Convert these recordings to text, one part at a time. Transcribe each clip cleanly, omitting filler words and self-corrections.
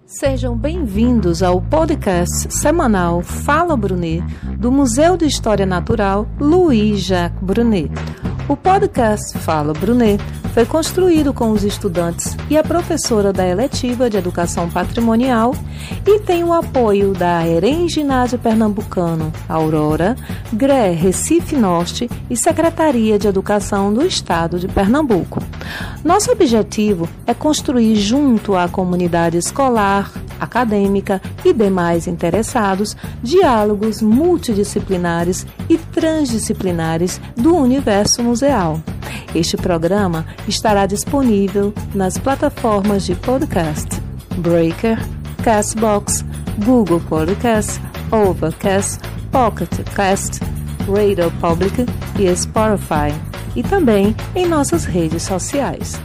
Sejam bem-vindos ao podcast semanal Fala Brunet, do Museu de História Natural Louis Jacques Brunet. O podcast Fala Brunet foi construído com os estudantes e a professora da eletiva de Educação Patrimonial e tem o apoio da EREM Ginásio Pernambucano, Aurora, GRE Recife Norte e Secretaria de Educação do Estado de Pernambuco. Nosso objetivo é construir junto à comunidade escolar, acadêmica e demais interessados diálogos multidisciplinares e transdisciplinares do universo museal. Este programa estará disponível nas plataformas de podcast Breaker, Castbox, Google Podcast, Overcast, Pocket Cast, Radio Public e Spotify, e também em nossas redes sociais.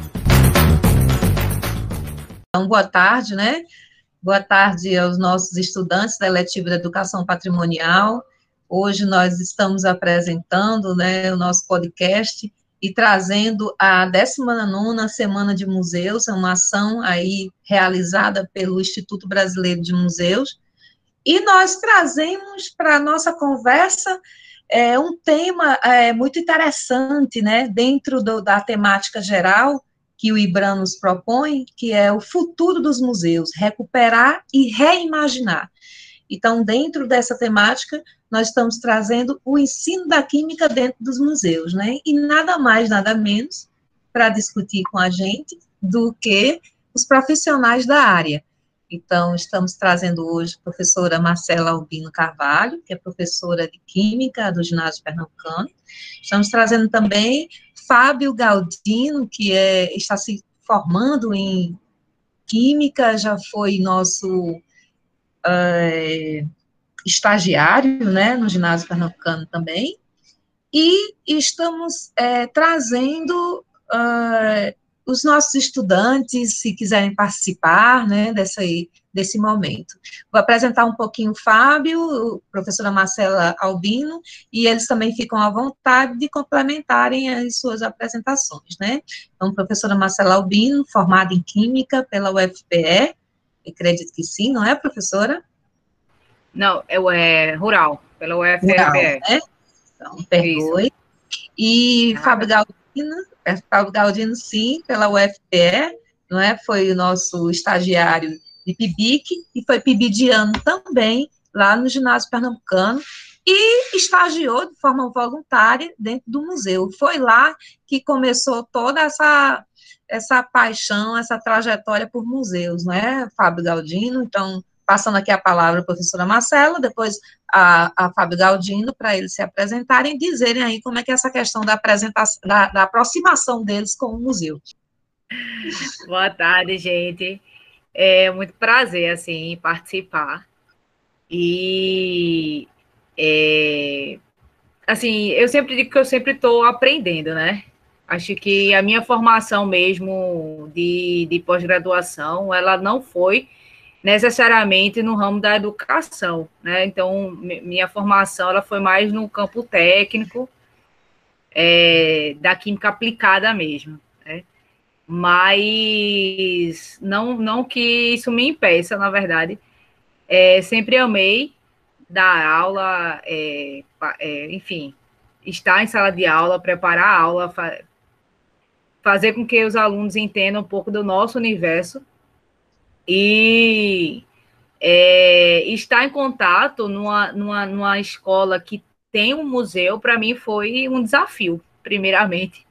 Então, boa tarde, né? Boa tarde aos nossos estudantes da eletiva de Educação Patrimonial. Hoje nós estamos apresentando, né, o nosso podcast e trazendo a 19ª Semana de Museus, uma ação aí realizada pelo Instituto Brasileiro de Museus, e nós trazemos para a nossa conversa um tema muito interessante, né, dentro da temática geral que o IBRAM nos propõe, que é o futuro dos museus, recuperar e reimaginar. Então, dentro dessa temática, nós estamos trazendo o ensino da química dentro dos museus, né? E nada mais, nada menos, para discutir com a gente, do que os profissionais da área. Então, estamos trazendo hoje a professora Marcela Albino Carvalho, que é professora de Química do Ginásio Pernambucano. Estamos trazendo também Fábio Galdino, que está se formando em Química, já foi nosso estagiário, né, no Ginásio Pernambucano também, e estamos trazendo os nossos estudantes, se quiserem participar, né, desse momento. Vou apresentar um pouquinho o Fábio, a professora Marcela Albino, e eles também ficam à vontade de complementarem as suas apresentações, né. Então, professora Marcela Albino, formada em Química pela UFPE, acredito que sim, não é, professora? Não, é rural, pela UFPE. Rural, né? Então, perdoe. Isso. E Fábio Galdino, sim, pela UFPE, não é? Foi o nosso estagiário de PIBIC, e foi pibidiano também, lá no Ginásio Pernambucano, e estagiou de forma voluntária dentro do museu. Foi lá que começou toda essa paixão, essa trajetória por museus, não é, Fábio Galdino? Então, passando aqui a palavra à professora Marcela, depois a Fábio Galdino, para eles se apresentarem e dizerem aí como é que é essa questão da apresentação, da aproximação deles com o museu. Boa tarde, gente. É muito prazer, assim, participar. E, assim, eu sempre digo que eu sempre estou aprendendo, né? Acho que a minha formação mesmo de pós-graduação, ela não foi necessariamente no ramo da educação, né? Então, minha formação ela foi mais no campo técnico, da química aplicada mesmo, né? Mas não que isso me impeça, na verdade. Sempre amei dar aula, enfim, estar em sala de aula, preparar a aula, fazer com que os alunos entendam um pouco do nosso universo. E estar em contato numa escola que tem um museu, para mim, foi um desafio, primeiramente.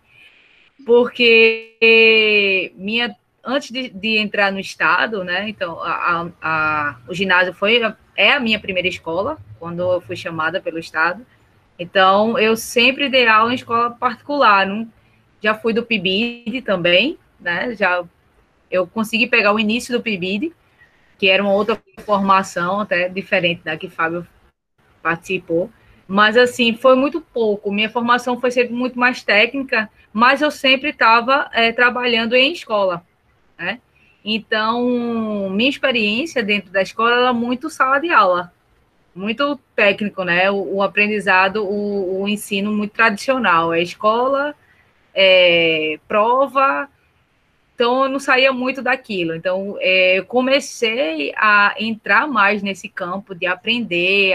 Porque antes de entrar no Estado, né, então, o ginásio é a minha primeira escola, quando eu fui chamada pelo Estado. Então, eu sempre dei aula em escola particular. Já fui do PIBID também, né, eu consegui pegar o início do PIBID, que era uma outra formação, até diferente da que Fábio participou, mas, assim, foi muito pouco. Minha formação foi sempre muito mais técnica, mas eu sempre estava trabalhando em escola, né? Então, minha experiência dentro da escola era muito sala de aula, muito técnico, né? O aprendizado, o ensino muito tradicional, escola, prova, Então, eu não saía muito daquilo. Então, eu comecei a entrar mais nesse campo de aprender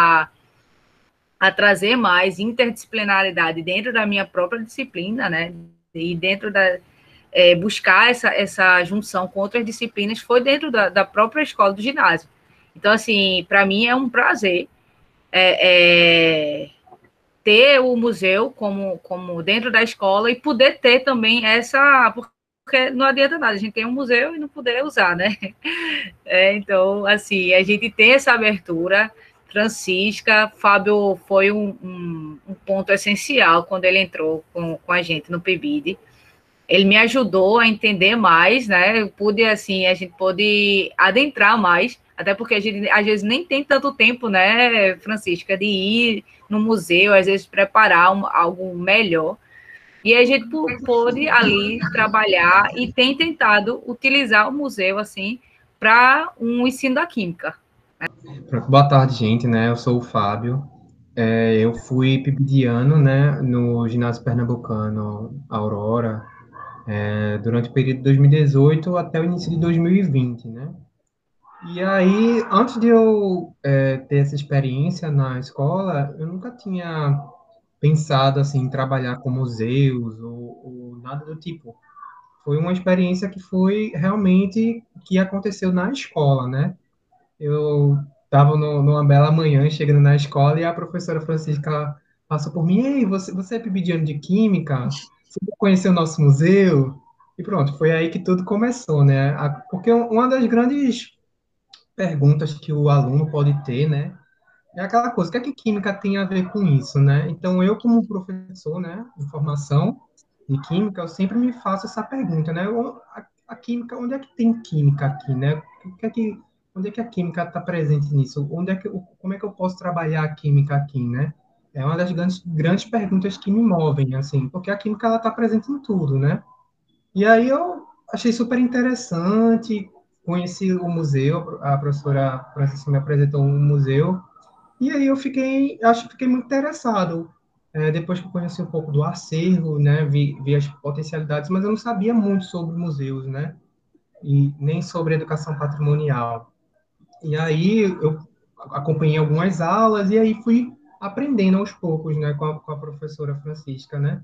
a trazer mais interdisciplinaridade dentro da minha própria disciplina, né? E dentro da... buscar essa junção com outras disciplinas foi dentro da própria escola do ginásio. Então, assim, para mim é um prazer ter o museu como dentro da escola e poder ter também porque não adianta nada, a gente tem um museu e não poder usar, né? Então, assim, a gente tem essa abertura. Francisca, Fábio foi um ponto essencial quando ele entrou com a gente no PIBID. Ele me ajudou a entender mais, né? A gente pôde adentrar mais, até porque a gente, às vezes, nem tem tanto tempo, né, Francisca, de ir no museu, às vezes, preparar algo melhor. E a gente pôde ali trabalhar e tem tentado utilizar o museu, assim, para um ensino da química. Pronto, boa tarde, gente, né? Eu sou o Fábio. Eu fui pibidiano, né, no ginásio pernambucano Aurora, durante o período de 2018 até o início de 2020, né? E aí, antes de eu ter essa experiência na escola, eu nunca tinha pensado assim em trabalhar com museus ou nada do tipo. Foi uma experiência que foi realmente que aconteceu na escola, né? Eu estava numa bela manhã chegando na escola e a professora Francisca passou por mim: Ei, você é pibidiano de Química? Você conheceu o nosso museu? E pronto, foi aí que tudo começou, né? Porque uma das grandes perguntas que o aluno pode ter, né? É aquela coisa: o que é que Química tem a ver com isso, né? Então, eu, como professor, né, de formação de Química, eu sempre me faço essa pergunta, né? A Química, onde é que tem Química aqui, né? O que é que onde é que a química está presente nisso? Como é que eu posso trabalhar a química aqui, né? É uma das grandes perguntas que me movem, assim, porque a química ela está presente em tudo, né? E aí eu achei super interessante, conheci o museu, a professora Francisca me apresentou um museu, e aí fiquei muito interessado. Depois que eu conheci um pouco do acervo, né, vi as potencialidades, mas eu não sabia muito sobre museus, né? E nem sobre educação patrimonial. E aí eu acompanhei algumas aulas e aí fui aprendendo aos poucos, né, com a professora Francisca, né?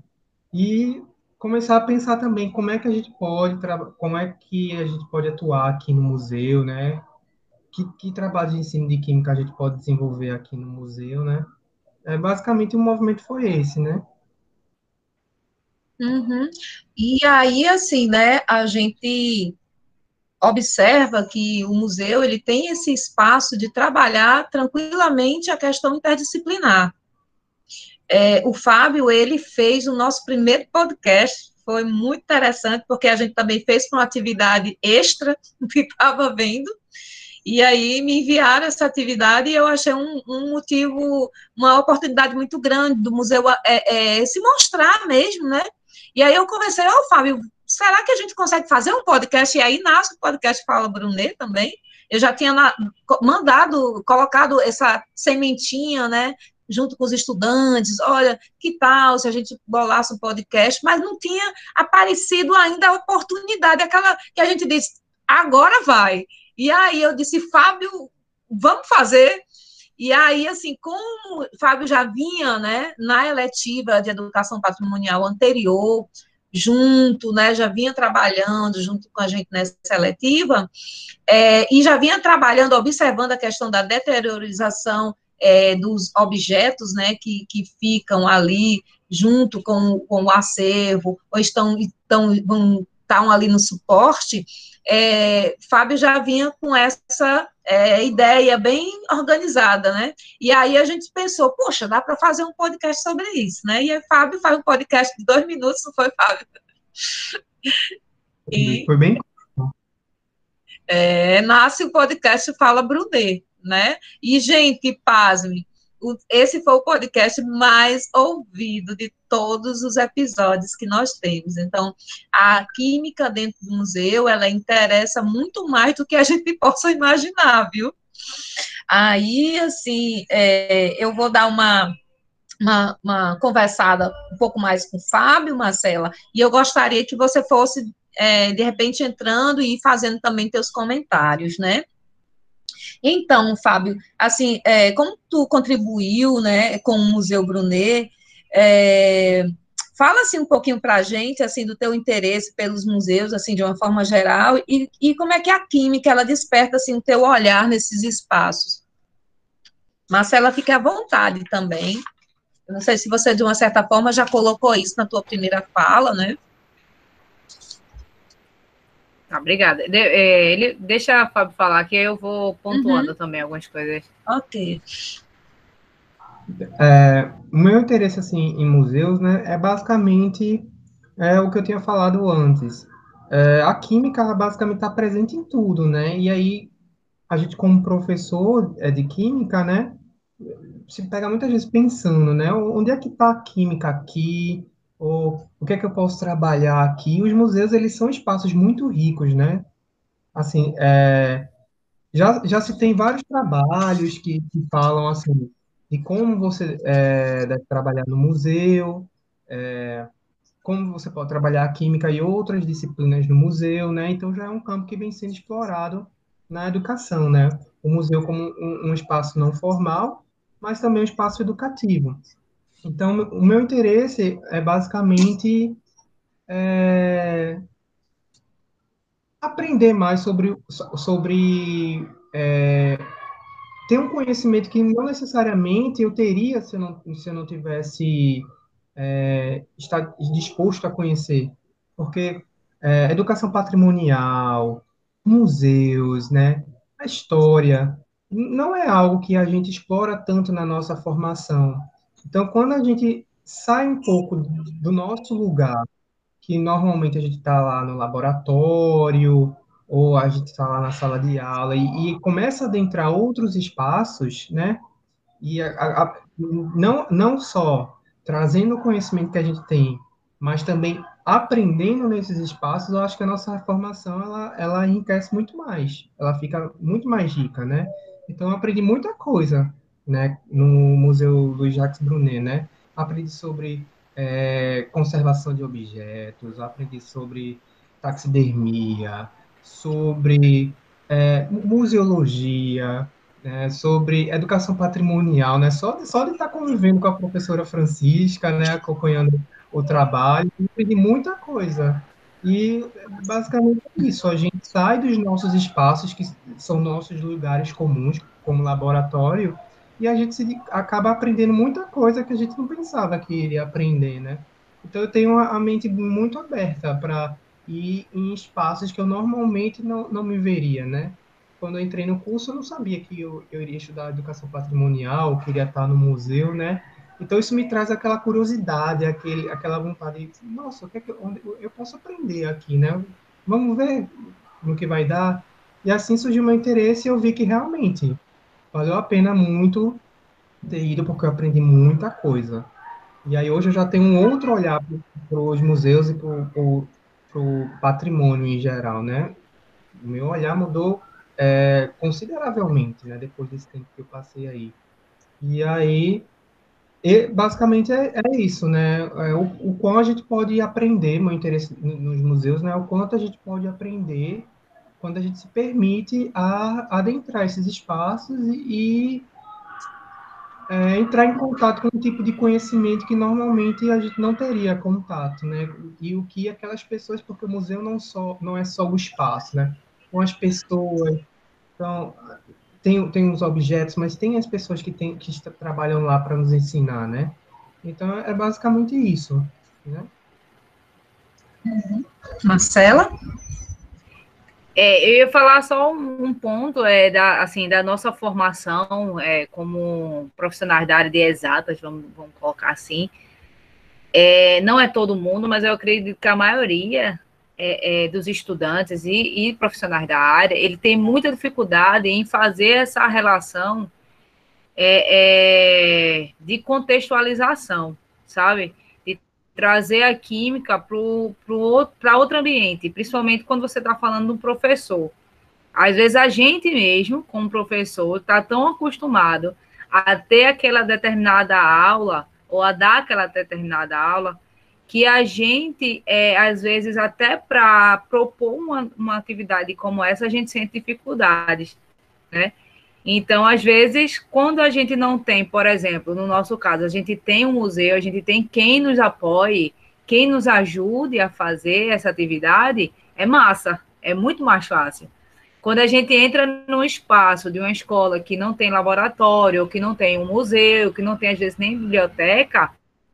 E começar a pensar também como é que a gente pode atuar aqui no museu, né? Que trabalho de ensino de química a gente pode desenvolver aqui no museu, né? Basicamente o movimento foi esse, né? Uhum. E aí, assim, né, a gente observa que o museu ele tem esse espaço de trabalhar tranquilamente a questão interdisciplinar. O Fábio, ele fez o nosso primeiro podcast, foi muito interessante, porque a gente também fez com uma atividade extra, que estava vendo, e aí me enviaram essa atividade e eu achei um motivo, uma oportunidade muito grande do museu se mostrar mesmo, né? E aí eu conversei, Fábio, será que a gente consegue fazer um podcast? E aí nasce o podcast Fala Brunet também. Eu já tinha colocado essa sementinha, né? Junto com os estudantes, olha, que tal se a gente bolasse um podcast, mas não tinha aparecido ainda a oportunidade, aquela que a gente disse, agora vai. E aí eu disse, Fábio, vamos fazer. E aí, assim, como o Fábio já vinha, né, na eletiva de educação patrimonial anterior, junto, né, já vinha trabalhando junto com a gente nessa eletiva, e já vinha trabalhando, observando a questão da deteriorização dos objetos, né, que ficam ali junto com o acervo, ou estão ali no suporte, Fábio já vinha com essa ideia bem organizada, né? E aí a gente pensou, poxa, dá para fazer um podcast sobre isso, né? E aí Fábio faz um podcast de 2 minutos, não foi, Fábio? Foi bem. Nasce o podcast Fala Brunet, né? E, gente, pasme, esse foi o podcast mais ouvido de todos os episódios que nós temos. Então, a química dentro do museu, ela interessa muito mais do que a gente possa imaginar, viu? Aí, assim, eu vou dar uma conversada um pouco mais com o Fábio, Marcela, e eu gostaria que você fosse de repente, entrando e fazendo também teus comentários, né? Então, Fábio, assim, como tu contribuiu, né, com o Museu Brunet, fala assim um pouquinho para a gente, assim, do teu interesse pelos museus, assim, de uma forma geral, e como é que a química, ela desperta, assim, o teu olhar nesses espaços. Marcela, fique à vontade também. Eu não sei se você, de uma certa forma, já colocou isso na tua primeira fala, né? Obrigada. Deixa a Fábio falar, que eu vou pontuando também algumas coisas. Ok. O meu interesse assim em museus, né, é basicamente o que eu tinha falado antes. A química, ela basicamente está presente em tudo, né? E aí a gente, como professor de química, né, se pega muitas vezes pensando, né, onde é que está a química aqui? Ou o que é que eu posso trabalhar aqui? Os museus, eles são espaços muito ricos, né? Assim, já se tem vários trabalhos que falam assim de como você deve trabalhar no museu, como você pode trabalhar a química e outras disciplinas no museu, né? Então já é um campo que vem sendo explorado na educação, né? O museu como um espaço não formal, mas também um espaço educativo. Então, o meu interesse é basicamente aprender mais sobre ter um conhecimento que não necessariamente eu teria se eu não tivesse estar disposto a conhecer. Porque educação patrimonial, museus, né, a história, não é algo que a gente explora tanto na nossa formação. Então, quando a gente sai um pouco do nosso lugar, que normalmente a gente está lá no laboratório, ou a gente está lá na sala de aula, e começa a adentrar outros espaços, né? E não só trazendo o conhecimento que a gente tem, mas também aprendendo nesses espaços, eu acho que a nossa formação ela enriquece muito mais, ela fica muito mais rica, né? Então, eu aprendi muita coisa, né, no Museu Luiz Jacques Brunet, né? Aprendi sobre conservação de objetos, aprendi sobre taxidermia, sobre museologia, né, sobre educação patrimonial, né? Só de estar convivendo com a professora Francisca, né, acompanhando o trabalho, eu aprendi muita coisa. E basicamente é isso, a gente sai dos nossos espaços, que são nossos lugares comuns, como laboratório, e a gente acaba aprendendo muita coisa que a gente não pensava que iria aprender, né? Então eu tenho a mente muito aberta para ir em espaços que eu normalmente não me veria, né? Quando eu entrei no curso, eu não sabia que eu iria estudar educação patrimonial, queria estar no museu, né? Então, isso me traz aquela curiosidade, aquela vontade de, nossa, onde eu posso aprender aqui, né? Vamos ver no que vai dar. E assim surgiu meu interesse e eu vi que realmente valeu a pena muito ter ido, porque eu aprendi muita coisa. E aí, hoje eu já tenho um outro olhar para os museus e para o patrimônio em geral, né? O meu olhar mudou consideravelmente, né, depois desse tempo que eu passei aí. E aí, basicamente é isso, né? O quão a gente pode aprender, meu interesse nos museus, né? O quanto a gente pode aprender quando a gente se permite a adentrar esses espaços e entrar em contato com um tipo de conhecimento que normalmente a gente não teria contato, né? E o que aquelas pessoas, porque o museu não é só o espaço, né? Com as pessoas. Então, tem os objetos, mas tem as pessoas que trabalham lá para nos ensinar, né? Então, é basicamente isso, né? Marcela? Eu ia falar só um ponto da nossa formação como profissionais da área de exatas, vamos colocar assim. Não é todo mundo, mas eu acredito que a maioria dos estudantes e profissionais da área, ele tem muita dificuldade em fazer essa relação de contextualização, sabe? De trazer a química para outro ambiente, principalmente quando você está falando de um professor. Às vezes a gente mesmo, como professor, está tão acostumado a ter aquela determinada aula, ou a dar aquela determinada aula, que a gente, às vezes, até para propor uma atividade como essa, a gente sente dificuldades, né? Então, às vezes, quando a gente não tem, por exemplo, no nosso caso, a gente tem um museu, a gente tem quem nos apoie, quem nos ajude a fazer essa atividade, é massa, é muito mais fácil. Quando a gente entra num espaço de uma escola que não tem laboratório, que não tem um museu, que não tem, às vezes, nem biblioteca,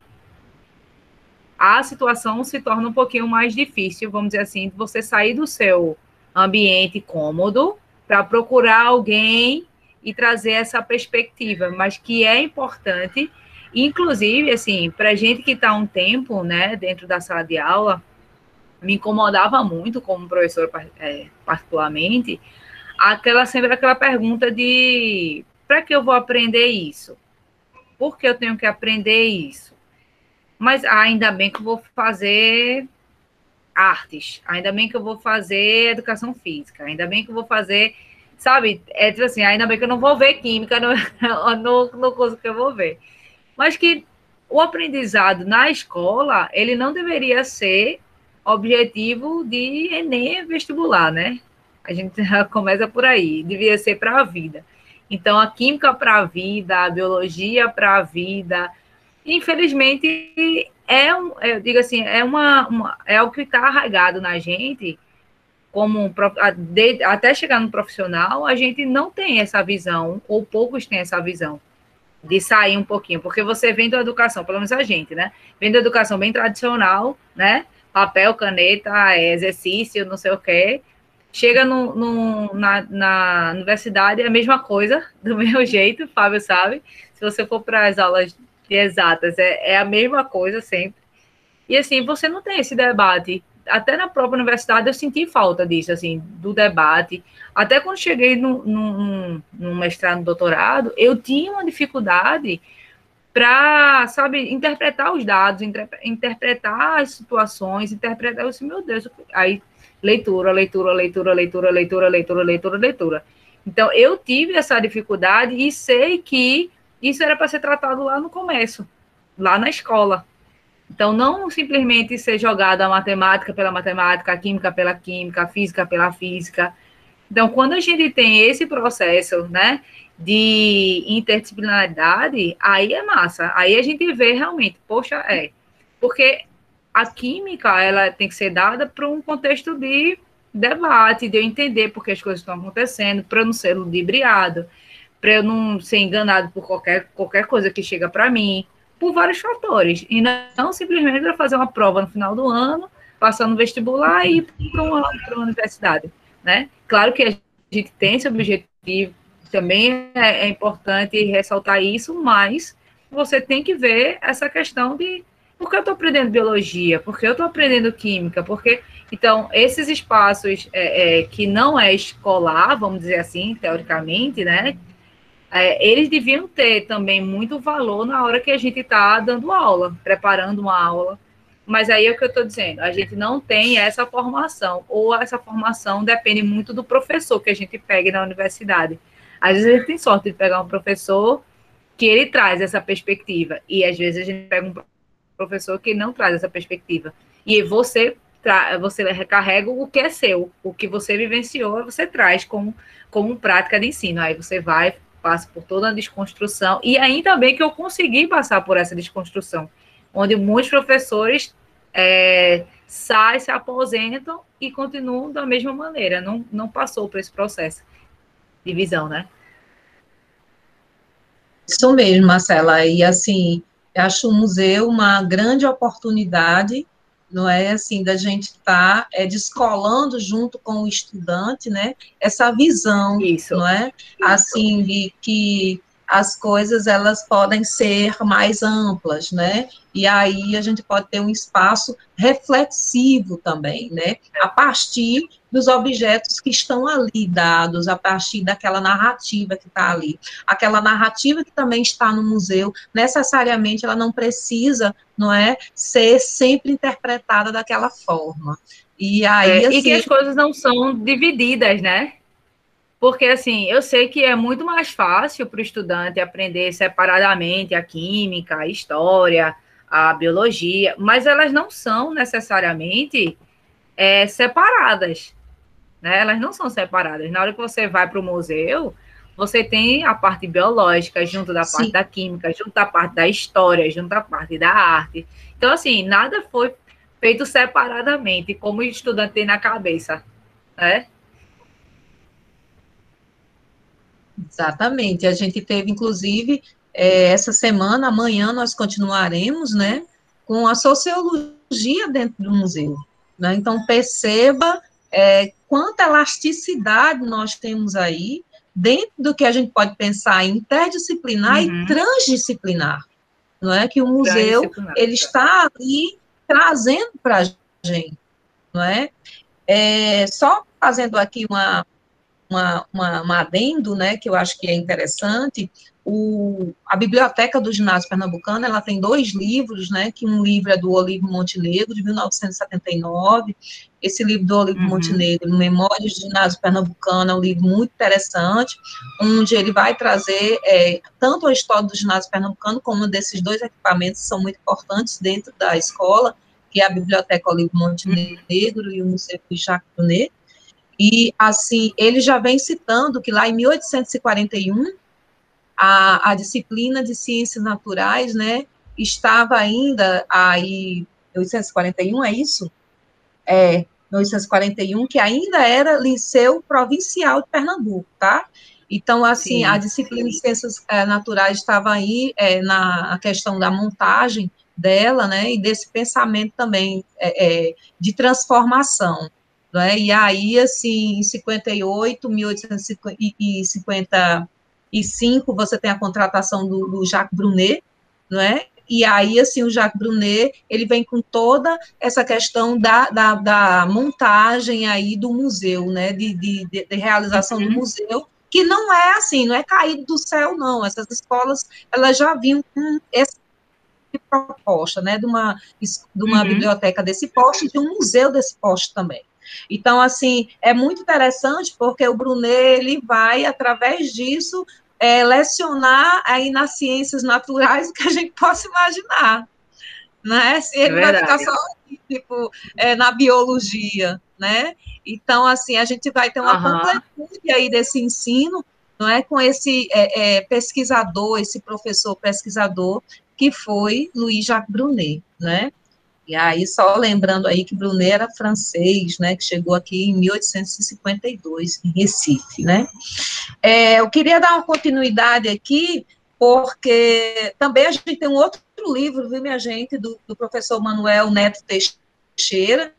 a situação se torna um pouquinho mais difícil, vamos dizer assim, de você sair do seu ambiente cômodo para procurar alguém e trazer essa perspectiva, mas que é importante, inclusive, assim, para a gente que está um tempo, né, dentro da sala de aula, me incomodava muito como professor, particularmente, sempre aquela pergunta de para que eu vou aprender isso? Por que eu tenho que aprender isso? Mas ainda bem que eu vou fazer artes, ainda bem que eu vou fazer educação física, ainda bem que eu vou fazer, sabe, tipo assim, ainda bem que eu não vou ver química no curso que eu vou ver. Mas que o aprendizado na escola, ele não deveria ser objetivo de Enem vestibular, né? A gente já começa por aí, deveria ser para a vida. Então, a química para a vida, a biologia para a vida, infelizmente, eu digo assim, é algo que está arraigado na gente, até chegar no profissional, a gente não tem essa visão, ou poucos têm essa visão, de sair um pouquinho, porque você vem da educação, pelo menos a gente, né? Vem da educação bem tradicional, né? Papel, caneta, exercício, não sei o quê. Chega na universidade, é a mesma coisa, do mesmo jeito, o Fábio sabe. Se você for para as aulas de exatas, é a mesma coisa sempre. E assim, você não tem esse debate. Até na própria universidade eu senti falta disso, assim, do debate. Até quando cheguei no mestrado, no doutorado, eu tinha uma dificuldade para, sabe, interpretar os dados, interpretar as situações, interpretar, eu disse, meu Deus, aí leitura. Então, eu tive essa dificuldade e sei que isso era para ser tratado lá no começo, lá na escola. Então, não simplesmente ser jogado a matemática pela matemática, a química pela química, a física pela física. Então, quando a gente tem esse processo, né, de interdisciplinaridade, aí é massa. Aí a gente vê realmente, poxa, porque a química, ela tem que ser dada para um contexto de debate, de eu entender por que as coisas estão acontecendo, para eu não ser ludibriado, para eu não ser enganado por qualquer coisa que chega para mim, por vários fatores. E não simplesmente para fazer uma prova no final do ano, passar no vestibular e ir para uma universidade, né? Claro que a gente tem esse objetivo, também é importante ressaltar isso, mas você tem que ver essa questão de por que eu estou aprendendo biologia, por que eu estou aprendendo química, porque então esses espaços que não é escolar, vamos dizer assim, teoricamente, né? Eles deviam ter também muito valor na hora que a gente está dando aula, preparando uma aula. Mas aí é o que eu estou dizendo, a gente não tem essa formação, ou essa formação depende muito do professor que a gente pega na universidade. Às vezes a gente tem sorte de pegar um professor que ele traz essa perspectiva, e às vezes a gente pega um professor que não traz essa perspectiva. E você recarrega o que é seu, o que você vivenciou, você traz como prática de ensino. Aí você passa por toda a desconstrução, e ainda bem que eu consegui passar por essa desconstrução, onde muitos professores saem, se aposentam e continuam da mesma maneira, não passou por esse processo de visão, né? Isso mesmo, Marcela, e assim, eu acho o museu uma grande oportunidade, não é, assim, da gente estar descolando junto com o estudante, né, essa visão, Isso. não é, assim, de que as coisas, elas podem ser mais amplas, né, e aí a gente pode ter um espaço reflexivo também, né, a partir dos objetos que estão ali dados, a partir daquela narrativa que está ali. Aquela narrativa que também está no museu, necessariamente ela não precisa, não é, ser sempre interpretada daquela forma. E aí, assim... E que as coisas não são divididas, né? Porque, assim, eu sei que é muito mais fácil para o estudante aprender separadamente a química, a história, a biologia, mas elas não são necessariamente separadas, né? Elas não são separadas. Na hora que você vai para o museu, você tem a parte biológica junto da parte da química, junto da parte da história, junto da parte da arte. Então, assim, nada foi feito separadamente, como o estudante tem na cabeça, né? Exatamente. A gente teve, inclusive, essa semana, amanhã nós continuaremos, né, com a sociologia dentro do museu, né? Então, perceba quanta elasticidade nós temos aí, dentro do que a gente pode pensar interdisciplinar e transdisciplinar, não é? Que o museu, ele está ali trazendo para a gente, não é? Só fazendo aqui um adendo, né, que eu acho que é interessante, a Biblioteca do Ginásio Pernambucano, ela tem 2 livros, né, que um livro é do Olívio Montenegro, de 1979, esse livro do Olívio Montenegro, Memórias do Ginásio Pernambucano, é um livro muito interessante, onde ele vai trazer tanto a história do Ginásio Pernambucano, como desses 2 equipamentos que são muito importantes dentro da escola, que é a Biblioteca Olívio Montenegro e o Museu Jacques Brunet. E, assim, ele já vem citando que lá em 1841, a disciplina de ciências naturais, né, estava ainda aí, 1841, é isso? 1841, que ainda era Liceu Provincial de Pernambuco, tá? Então, assim, a disciplina de ciências naturais estava aí na questão da montagem dela, né, e desse pensamento também de transformação. Né? E aí, assim, em 58, 1855, você tem a contratação do Jacques Brunet, não é? E aí, assim, o Jacques Brunet, ele vem com toda essa questão da montagem aí do museu, né, de realização do museu, que não é assim, não é caído do céu, não. Essas escolas, elas já vinham com essa proposta, né, de uma biblioteca desse porte e de um museu desse porte também. Então, assim, é muito interessante porque o Brunet, ele vai, através disso, lecionar aí nas ciências naturais o que a gente possa imaginar, né? Se ele vai ficar só, tipo, na biologia, né? Então, assim, a gente vai ter uma completude aí desse ensino, não é? Com esse pesquisador, esse professor pesquisador, que foi Louis-Jacques Brunet, né? E aí, só lembrando aí que Brunet era francês, né, que chegou aqui em 1852, em Recife, né. Eu queria dar uma continuidade aqui, porque também a gente tem um outro livro, viu, minha gente, do professor Manuel Neto Teixeira.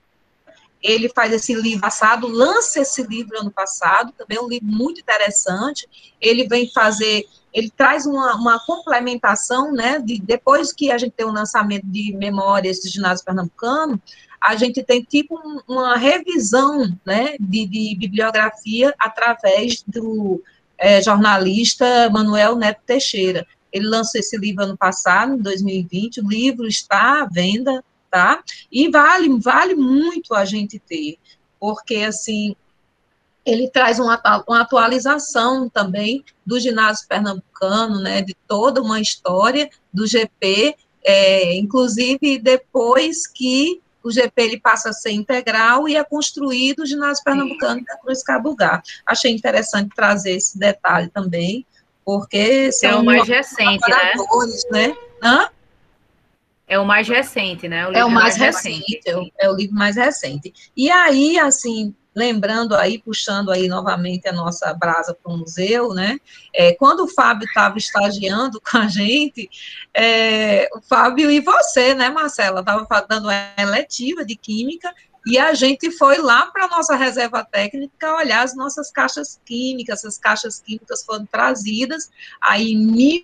Ele faz esse livro passado, lança esse livro ano passado, também é um livro muito interessante. Ele traz uma complementação, né, depois que a gente tem o lançamento de Memórias do Ginásio Pernambucano, a gente tem tipo uma revisão, né, de bibliografia através do jornalista Manuel Neto Teixeira. Ele lançou esse livro ano passado, em 2020, o livro está à venda, tá? E vale muito a gente ter, porque, assim, ele traz uma atualização também do ginásio pernambucano, né, de toda uma história do GP, inclusive depois que o GP ele passa a ser integral e é construído o ginásio pernambucano da Cruz Cabugá. Achei interessante trazer esse detalhe também, porque são o mais recente, né? Hã? É o mais recente, né? É o mais recente, é o livro mais recente. E aí, assim, lembrando aí, puxando aí novamente a nossa brasa para o museu, né? Quando o Fábio estava estagiando com a gente, o Fábio e você, né, Marcela, estava dando uma eletiva de Química, e a gente foi lá para a nossa reserva técnica olhar as nossas caixas químicas. Essas caixas químicas foram trazidas aí em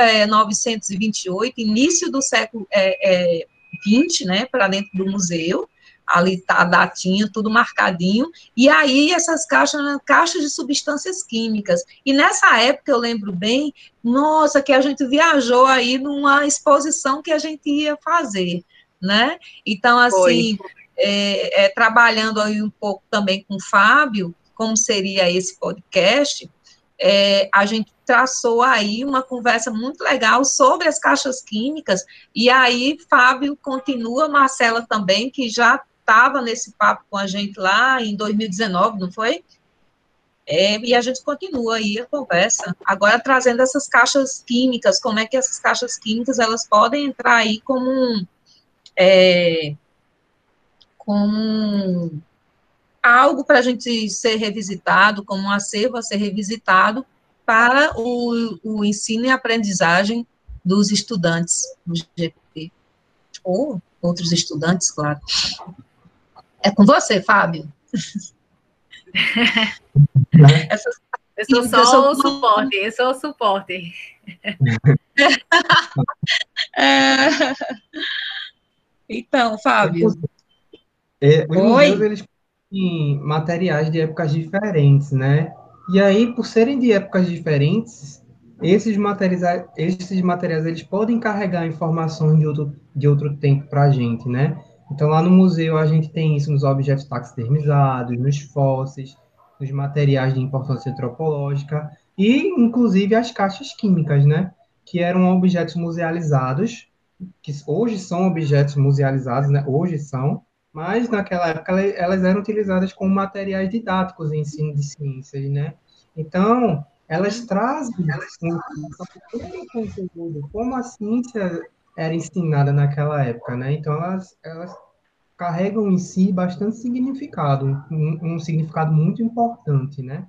1928, início do século XX, né, para dentro do museu. Ali está a datinha, tudo marcadinho, e aí essas caixas eram caixas de substâncias químicas, e nessa época eu lembro bem, nossa, que a gente viajou aí numa exposição que a gente ia fazer, né, então assim, trabalhando aí um pouco também com o Fábio, como seria esse podcast, a gente traçou aí uma conversa muito legal sobre as caixas químicas, e aí Fábio continua, Marcela também, que já estava nesse papo com a gente lá em 2019, não foi? E a gente continua aí a conversa, agora trazendo essas caixas químicas, como é que essas caixas químicas, elas podem entrar aí como algo para a gente ser revisitado, como um acervo a ser revisitado para o ensino e aprendizagem dos estudantes do GP, ou outros estudantes, claro. É com você, Fábio. Eu sou só o suporte, eu sou o suporte. Então, Fábio. Os museus, eles têm materiais de épocas diferentes, né? E aí, por serem de épocas diferentes, esses materiais eles podem carregar informações de outro tempo para a gente, né? Então, lá no museu, a gente tem isso nos objetos taxidermizados, nos fósseis, nos materiais de importância antropológica e, inclusive, as caixas químicas, né? Que eram objetos musealizados, que hoje são objetos musealizados, né? Hoje são, mas naquela época elas eram utilizadas como materiais didáticos em ensino de ciências, né? Então, elas trazem um conteúdo, como a ciência era ensinada naquela época, né? Então, elas carregam em si bastante significado, um significado muito importante, né?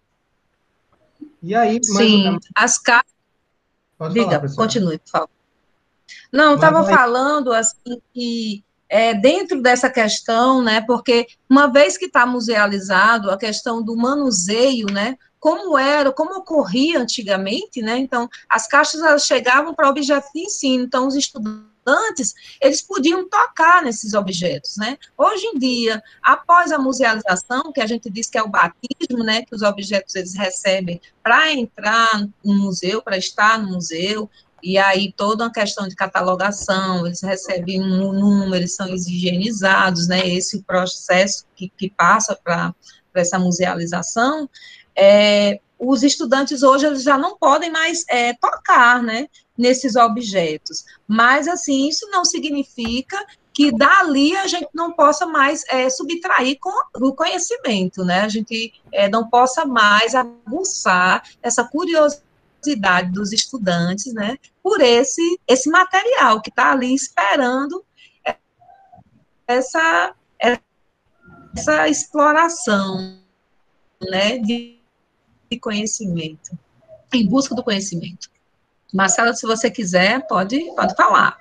E aí, Sim, as caixas... Diga, continue, por favor. Não, eu estava falando assim que dentro dessa questão, né, porque uma vez que está musealizado, a questão do manuseio, né, como ocorria antigamente, né, então, as caixas elas chegavam para objetos de ensino, então, os estudantes, eles podiam tocar nesses objetos, né, hoje em dia, após a musealização, que a gente diz que é o batismo, né, que os objetos eles recebem para entrar no museu, para estar no museu, e aí toda uma questão de catalogação, eles recebem um número, eles são higienizados, né, esse processo que passa para essa musealização, os estudantes hoje eles já não podem mais tocar, né, nesses objetos, mas assim, isso não significa que dali a gente não possa mais subtrair com o conhecimento, né, a gente não possa mais aguçar essa curiosidade dos estudantes, né, por esse material que está ali esperando essa exploração, né, de conhecimento, em busca do conhecimento. Marcela, se você quiser, pode falar.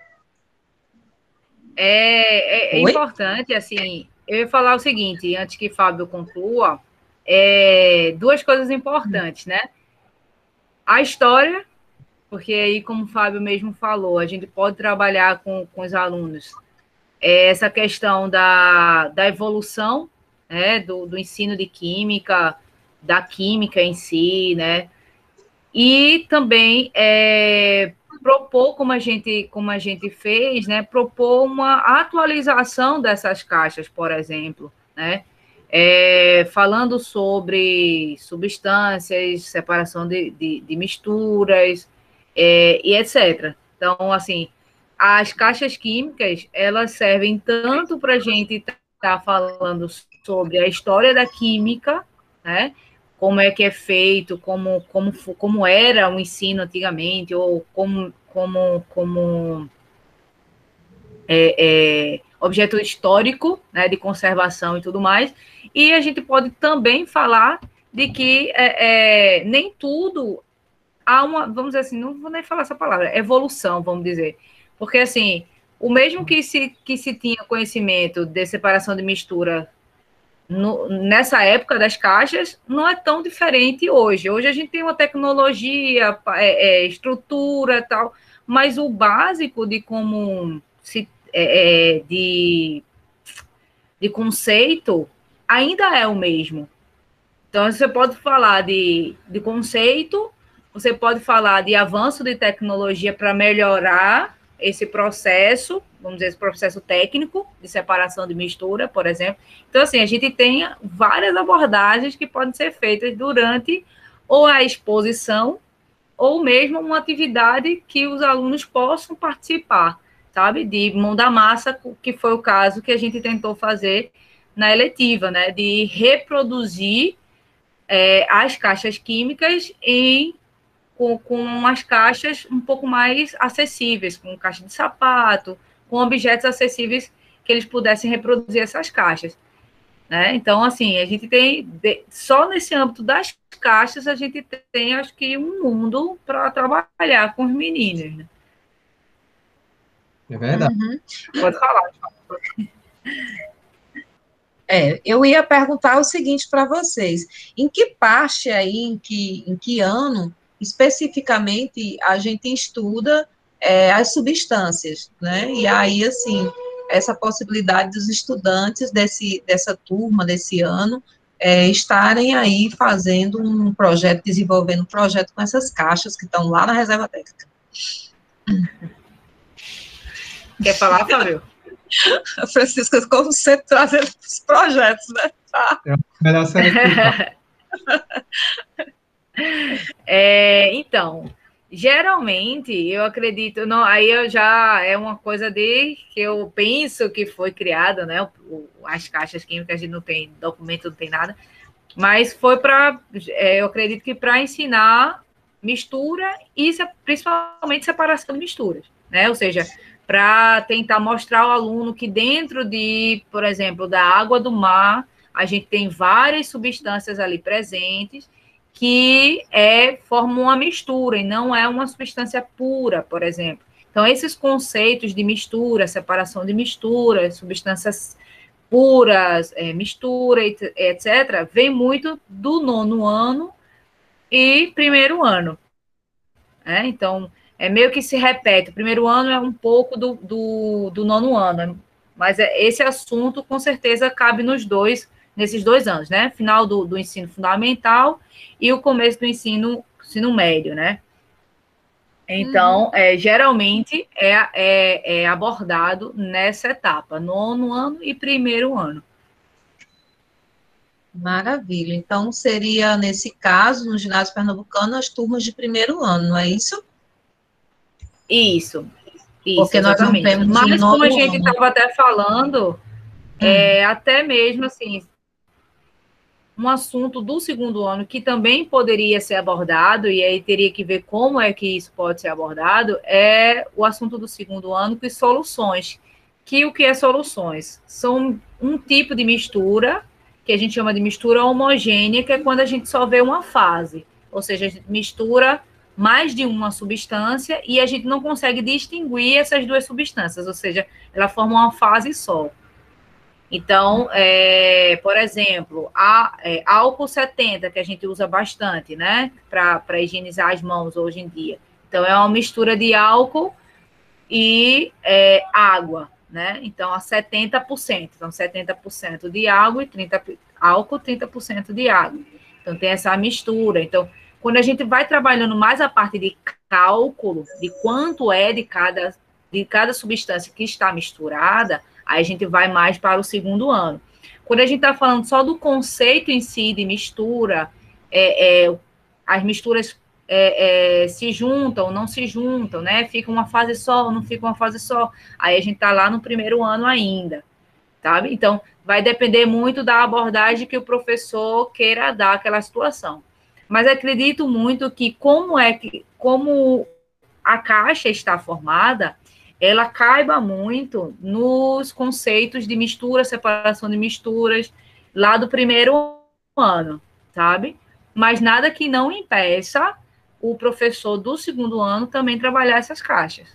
É importante, assim, eu ia falar o seguinte, antes que Fábio conclua, duas coisas importantes, né? A história, porque aí, como o Fábio mesmo falou, a gente pode trabalhar com os alunos essa questão da evolução, né, do ensino de química, da química em si, né? E também propor, como a gente fez, né, propor uma atualização dessas caixas, por exemplo, né? Falando sobre substâncias, separação de misturas, e etc. Então, assim, as caixas químicas, elas servem tanto para a gente estar falando sobre a história da química, né? Como é que é feito, como era o ensino antigamente, ou como objeto histórico, né, de conservação e tudo mais, e a gente pode também falar de que nem tudo há uma, vamos dizer assim, não vou nem falar essa palavra, evolução, vamos dizer, porque assim, o mesmo que se tinha conhecimento de separação de mistura nessa época das caixas, não é tão diferente hoje. Hoje a gente tem uma tecnologia, estrutura e tal, mas o básico de como de conceito ainda é o mesmo. Então, você pode falar de conceito, você pode falar de avanço de tecnologia para melhorar esse processo, vamos dizer, esse processo técnico de separação de mistura, por exemplo. Então, assim, a gente tem várias abordagens que podem ser feitas durante ou a exposição, ou mesmo uma atividade que os alunos possam participar, sabe? De mão da massa, que foi o caso que a gente tentou fazer na eletiva, né? De reproduzir as caixas químicas com umas caixas um pouco mais acessíveis, com caixa de sapato, com objetos acessíveis que eles pudessem reproduzir essas caixas. Né? Então, assim, a gente tem, só nesse âmbito das caixas, a gente tem, acho que, um mundo para trabalhar com os meninos. Né? É verdade. Pode falar. Eu ia perguntar o seguinte para vocês: em que parte aí, em que ano, especificamente, a gente estuda as substâncias, né? E aí, assim, essa possibilidade dos estudantes dessa turma, desse ano, estarem aí fazendo um projeto, desenvolvendo um projeto com essas caixas que estão lá na Reserva Técnica. Quer falar, Fábio? A Francisca, como sempre, trazendo os projetos, né? Melhor ser Então, geralmente, eu acredito, não, aí eu já é uma coisa que eu penso que foi criada, né? As caixas químicas, a gente não tem documento, não tem nada, mas foi para, eu acredito que para ensinar mistura e principalmente separação de misturas, né? Ou seja, para tentar mostrar ao aluno que dentro de, por exemplo, da água do mar, a gente tem várias substâncias ali presentes que formam uma mistura e não é uma substância pura, por exemplo. Então, esses conceitos de mistura, separação de misturas, substâncias puras, mistura, etc., vem muito do 9º ano e 1º ano. Então, meio que se repete. O 1º ano é um pouco do 9º ano, mas esse assunto, com certeza, cabe nesses 2 anos, né? Final do ensino fundamental e o começo do ensino médio, né? Então, geralmente, é abordado nessa etapa, 9º ano e 1º ano. Maravilha. Então, seria, nesse caso, no ginásio pernambucano, as turmas de 1º ano, não é isso? Isso, porque exatamente. Nós não temos mas, como a gente ano. estava até falando, até mesmo, assim, um assunto do 2º ano que também poderia ser abordado, e aí teria que ver como é que isso pode ser abordado, é o assunto do 2º ano, que soluções. Que o que é soluções? São um tipo de mistura, que a gente chama de mistura homogênea, que é quando a gente só vê uma fase, ou seja, a gente mistura mais de uma substância e a gente não consegue distinguir essas 2 substâncias, ou seja, ela forma uma fase só. Então, por exemplo, álcool 70, que a gente usa bastante, né, para higienizar as mãos hoje em dia. Então, é uma mistura de álcool e água, né? Então, a 70%. Então, 70% de água e 30% álcool, 30% de água. Então, tem essa mistura. Então, quando a gente vai trabalhando mais a parte de cálculo, de quanto é de cada substância que está misturada, aí a gente vai mais para o 2º ano. Quando a gente está falando só do conceito em si de mistura, as misturas se juntam, não se juntam, né? Fica uma fase só, não fica uma fase só. Aí a gente está lá no 1º ano ainda, sabe? Então, vai depender muito da abordagem que o professor queira dar àquela situação. Mas acredito muito que como a caixa está formada, ela caiba muito nos conceitos de mistura, separação de misturas, lá do 1º ano, sabe? Mas nada que não impeça o professor do 2º ano também trabalhar essas caixas.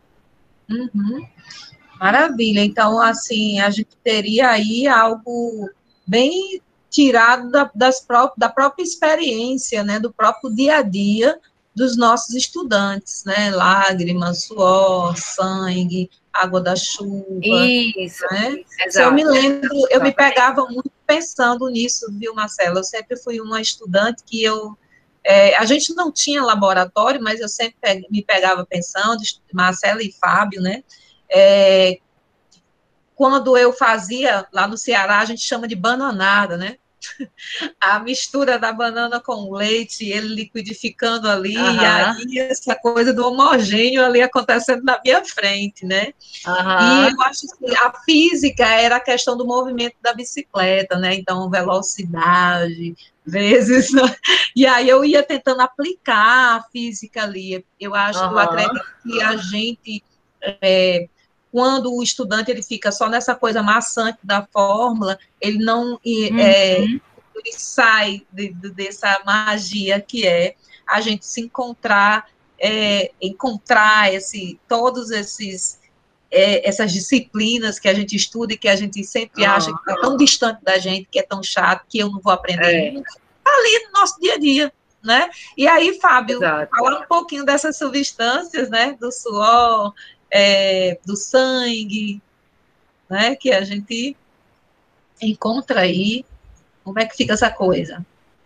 Maravilha. Então, assim, a gente teria aí algo bem tirado da própria experiência, né, do próprio dia a dia dos nossos estudantes, né, lágrimas, suor, sangue, água da chuva. Isso, né? exato. Eu me lembro, eu me pegava muito pensando nisso, viu, Marcela? Eu sempre fui uma estudante que a gente não tinha laboratório, mas eu sempre me pegava pensando, Marcela e Fábio, né? Quando eu fazia, lá no Ceará, a gente chama de bananada, né? a mistura da banana com leite, ele liquidificando ali, e Aham, aí essa coisa do homogêneo ali acontecendo na minha frente, né? E aham, eu acho que a física era a questão do movimento da bicicleta, né? Então, velocidade, vezes. E aí eu ia tentando aplicar a física ali. Eu aham. acredito que a gente, quando o estudante ele fica só nessa coisa maçante da fórmula, ele não Uhum. ele sai dessa magia que é a gente se encontrar, encontrar todos esses essas disciplinas que a gente estuda e que a gente sempre acha que Aham. está tão distante da gente, que é tão chato, que eu não vou aprender É, nunca, está ali no nosso dia a dia, né? E aí, Fábio, exato. falar um pouquinho dessas substâncias, né? Do suor, do sangue, né? Que a gente encontra aí. Como é que fica essa coisa?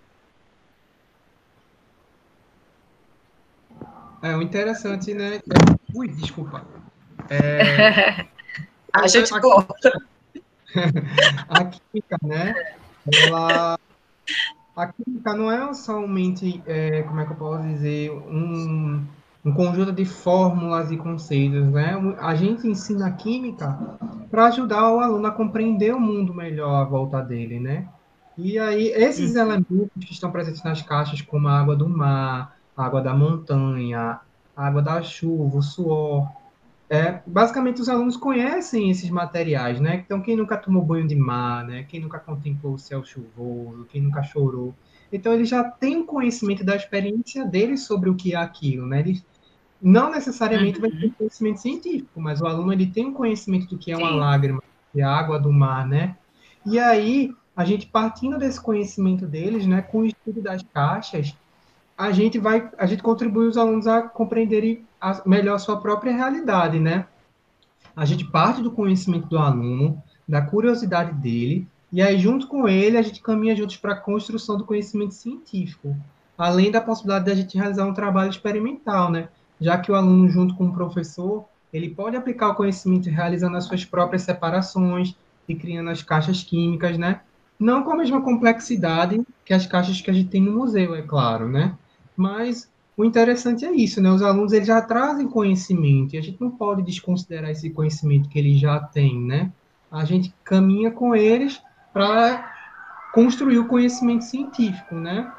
O interessante, né? Ui, desculpa. A gente A, gosta. a química, né? Ela, a química não é somente, como é que eu posso dizer, um conjunto de fórmulas e conceitos, né? A gente ensina a química para ajudar o aluno a compreender o mundo melhor à volta dele, né? E aí, esses elementos que estão presentes nas caixas, como a água do mar, a água da montanha, a água da chuva, o suor, basicamente os alunos conhecem esses materiais, né? Então, quem nunca tomou banho de mar, né? Quem nunca contemplou o céu chuvoso, quem nunca chorou. Então, ele já tem um conhecimento da experiência dele sobre o que é aquilo, né? Ele não necessariamente vai ter Uhum. conhecimento científico, mas o aluno ele tem um conhecimento do que é uma Sim. lágrima, que é a água do mar, né? E aí, a gente partindo desse conhecimento deles, né, com o estudo das caixas, a gente contribui os alunos a compreenderem melhor a sua própria realidade, né? A gente parte do conhecimento do aluno, da curiosidade dele, e aí, junto com ele, a gente caminha juntos para a construção do conhecimento científico, além da possibilidade de a gente realizar um trabalho experimental, né? Já que o aluno, junto com o professor, ele pode aplicar o conhecimento realizando as suas próprias separações e criando as caixas químicas, né? Não com a mesma complexidade que as caixas que a gente tem no museu, é claro, né? Mas o interessante é isso, né? Os alunos eles já trazem conhecimento e a gente não pode desconsiderar esse conhecimento que eles já têm, né? A gente caminha com eles para construir o conhecimento científico, né?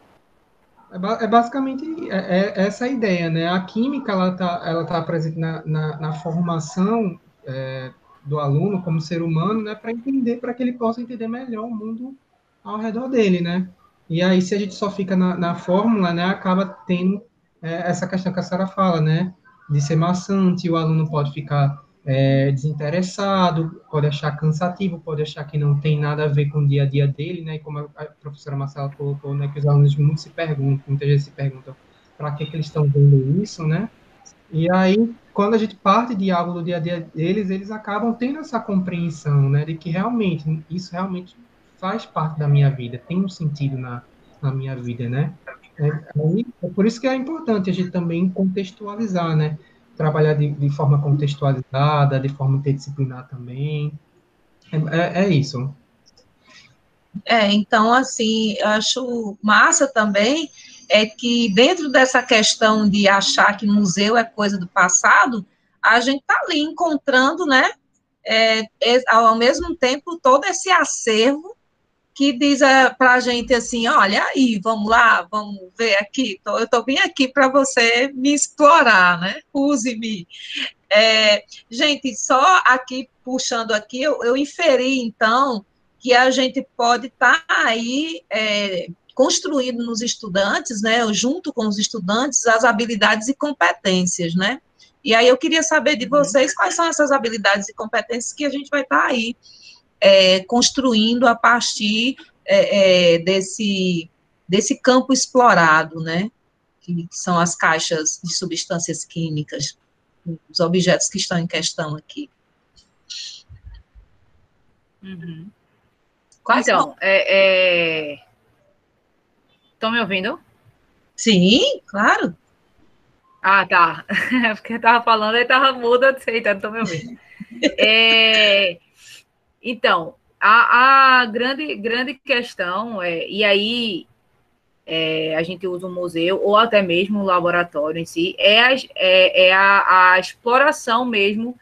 É basicamente essa a ideia, né? A química ela tá presente na formação do aluno como ser humano, né? Para entender, para que ele possa entender melhor o mundo ao redor dele, né? E aí, se a gente só fica na fórmula, né? Acaba tendo essa questão que a Sara fala, né? De ser maçante, o aluno pode ficar desinteressado, pode achar cansativo, pode achar que não tem nada a ver com o dia a dia dele, né? E como a professora Marcela colocou, né? Que os alunos muitas vezes se perguntam para que eles estão vendo isso, né? E aí, quando a gente parte de algo do dia a dia deles, eles acabam tendo essa compreensão, né? De que realmente, isso realmente faz parte da minha vida, tem um sentido na minha vida, né? É por isso que é importante a gente também contextualizar, né? Trabalhar de forma contextualizada, de forma interdisciplinar também. É isso. Então, assim, eu acho massa também que dentro dessa questão de achar que museu é coisa do passado, a gente está ali encontrando, né, ao mesmo tempo, todo esse acervo que diz para a gente assim, olha aí, vamos lá, vamos ver aqui, eu estou bem aqui para você me explorar, né, use-me. Gente, só aqui, puxando aqui, eu inferi, então, que a gente pode estar aí construindo nos estudantes, né, junto com os estudantes, as habilidades e competências, né? E aí eu queria saber de Uhum. vocês quais são essas habilidades e competências que a gente vai estar aí construindo a partir desse campo explorado, né? Que são as caixas de substâncias químicas, os objetos que estão em questão aqui. Uhum. Quais são? Então, estão me ouvindo? Sim, claro. Ah, tá. Porque eu estava falando, ele estava mudo, eu sei, então não estão me ouvindo. Então, a grande questão e aí a gente usa o museu ou até mesmo o laboratório em si, a exploração mesmo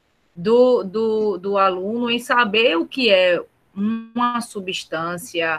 do aluno em saber o que é uma substância,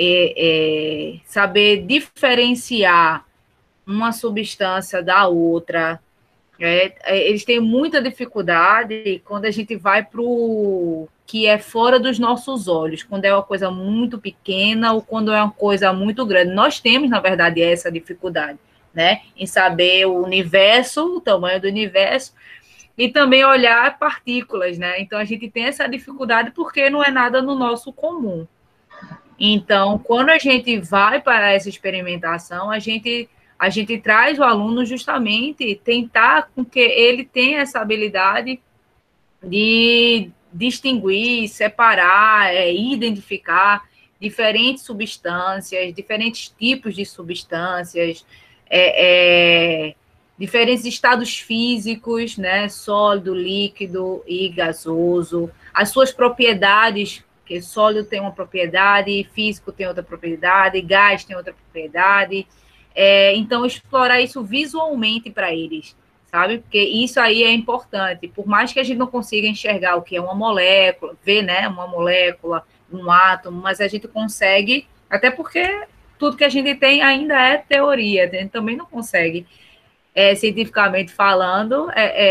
saber diferenciar uma substância da outra. Eles têm muita dificuldade quando a gente vai para o que é fora dos nossos olhos, quando é uma coisa muito pequena ou quando é uma coisa muito grande. Nós temos, na verdade, essa dificuldade, né? Em saber o universo, o tamanho do universo, e também olhar partículas, né? Então, a gente tem essa dificuldade porque não é nada no nosso comum. Então, quando a gente vai para essa experimentação, a gente traz o aluno justamente tentar com que ele tenha essa habilidade de distinguir, separar, identificar diferentes substâncias, diferentes tipos de substâncias, diferentes estados físicos, né, sólido, líquido e gasoso, as suas propriedades, que sólido tem uma propriedade, físico tem outra propriedade, gás tem outra propriedade. Então, explorar isso visualmente para eles, sabe? Porque isso aí é importante. Por mais que a gente não consiga enxergar o que é uma molécula, ver, né, uma molécula, um átomo, mas a gente consegue, até porque tudo que a gente tem ainda é teoria, a gente também não consegue, cientificamente falando,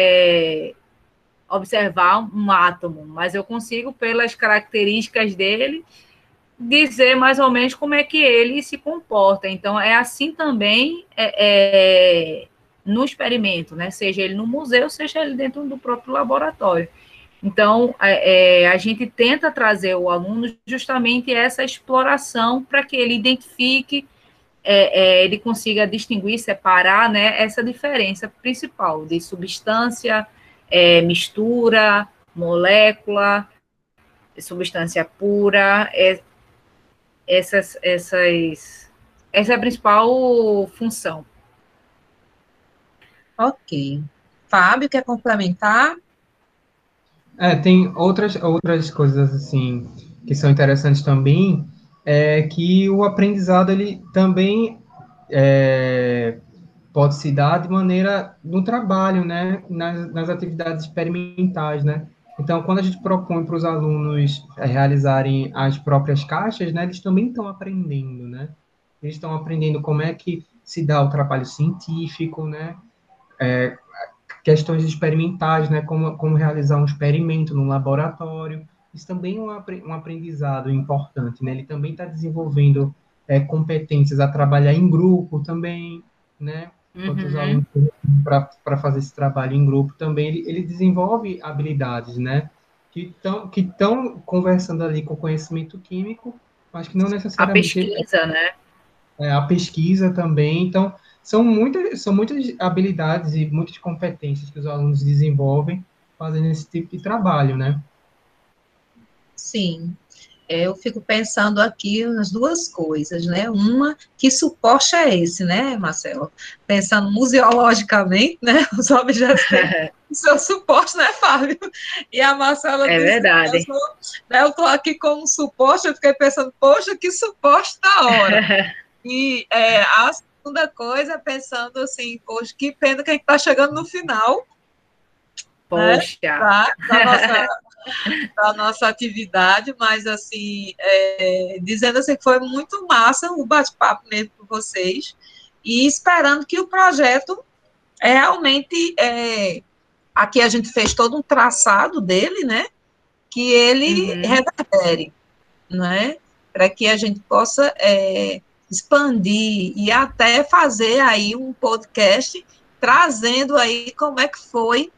observar um átomo, mas eu consigo, pelas características dele, dizer mais ou menos como é que ele se comporta. Então, é assim também no experimento, né? Seja ele no museu, seja ele dentro do próprio laboratório. Então, a gente tenta trazer o aluno justamente essa exploração para que ele identifique, ele consiga distinguir, separar, né, essa diferença principal de substância, mistura, molécula, substância pura, essa é a principal função. Ok. Fábio, quer complementar? Tem outras coisas, assim, que são interessantes também, que o aprendizado, ele também pode se dar de maneira no trabalho, né, nas atividades experimentais, né. Então, quando a gente propõe para os alunos realizarem as próprias caixas, né, eles também estão aprendendo, né. Eles estão aprendendo como é que se dá o trabalho científico, né, questões experimentais, né, como realizar um experimento no laboratório. Isso também é um aprendizado importante, né? Ele também está desenvolvendo competências a trabalhar em grupo também, né? Quantos alunos para fazer esse trabalho em grupo também, ele desenvolve habilidades, né? Que estão conversando ali com conhecimento químico, mas que não A necessariamente pesquisa, né? a pesquisa também. Então, são muitas habilidades e muitas competências que os alunos desenvolvem fazendo esse tipo de trabalho, né? Sim. Eu fico pensando aqui nas duas coisas, né? Uma, que suporte é esse, né, Marcelo? Pensando museologicamente, né? Os objetos têm o seu suporte, né, Fábio? E a Marcela É disse, verdade. eu estou aqui como suporte, eu fiquei pensando, poxa, que suporte da hora. E a segunda coisa, pensando assim, poxa, que pena que a gente está chegando no final, né, Poxa. da nossa atividade, mas assim, dizendo assim que foi muito massa o bate-papo mesmo com vocês, e esperando que o projeto realmente, aqui a gente fez todo um traçado dele, né, que ele reverbere, né, para que a gente possa expandir e até fazer aí um podcast trazendo aí como é que foi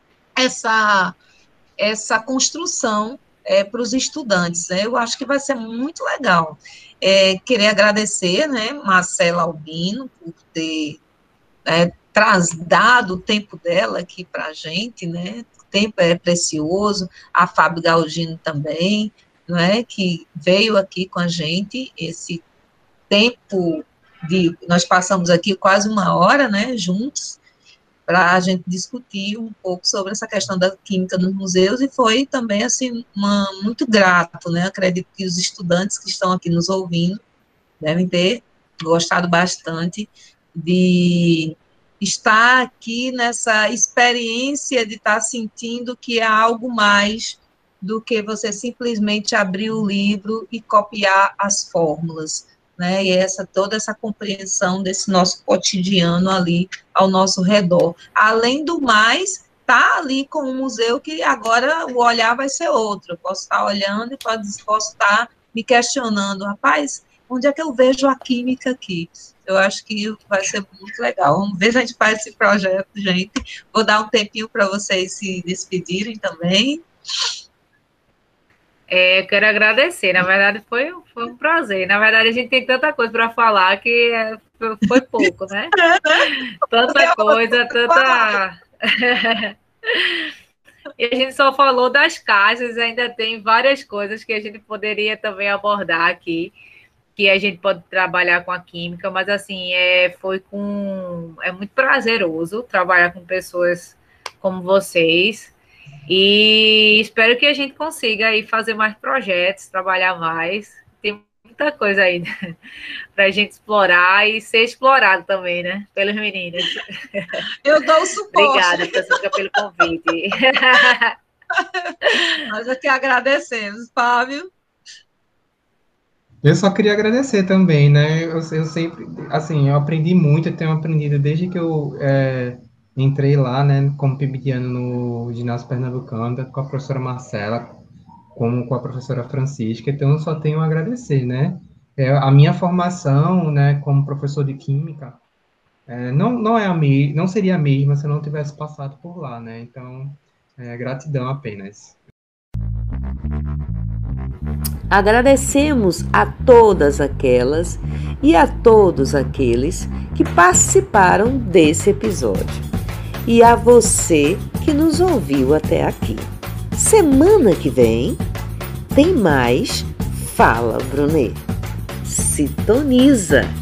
essa construção para os estudantes, né? Eu acho que vai ser muito legal. Queria agradecer, né, Marcela Albino, por ter dado o tempo dela aqui para a gente, né? O tempo é precioso, a Fábio Galdino também, não é? Que veio aqui com a gente esse tempo nós passamos aqui quase uma hora, né, juntos, para a gente discutir um pouco sobre essa questão da química nos museus, e foi também, assim, muito grato, né? Acredito que os estudantes que estão aqui nos ouvindo devem ter gostado bastante de estar aqui nessa experiência de estar sentindo que é algo mais do que você simplesmente abrir o livro e copiar as fórmulas, né? E toda essa compreensão desse nosso cotidiano ali ao nosso redor. Além do mais, tá ali com o museu que agora o olhar vai ser outro. Eu posso estar olhando e posso estar me questionando, rapaz, onde é que eu vejo a química aqui? Eu acho que vai ser muito legal. Vamos ver se a gente faz esse projeto, gente. Vou dar um tempinho para vocês se despedirem também. Eu quero agradecer, na verdade foi um prazer. Na verdade, a gente tem tanta coisa para falar que foi pouco, né? Tanta coisa, tanta. E a gente só falou das caixas, ainda tem várias coisas que a gente poderia também abordar aqui, que a gente pode trabalhar com a química, mas assim, é muito prazeroso trabalhar com pessoas como vocês. E espero que a gente consiga aí fazer mais projetos, trabalhar mais. Tem muita coisa aí, né, para a gente explorar e ser explorado também, né? Pelos meninos. Eu dou o suporte. Obrigada, Francisca, pelo convite. Nós aqui agradecemos, Fábio. Eu só queria agradecer também, né? Eu sempre, assim, eu aprendi muito, eu tenho aprendido desde que eu entrei lá, né, como PIBiano no ginásio pernambucano, tanto com a professora Marcela, como com a professora Francisca, então eu só tenho a agradecer, né? A minha formação, né, como professor de química, não seria a mesma se eu não tivesse passado por lá, né? Então, gratidão apenas. Agradecemos a todas aquelas e a todos aqueles que participaram desse episódio. E a você que nos ouviu até aqui. Semana que vem tem mais Fala Brunet. Sintoniza!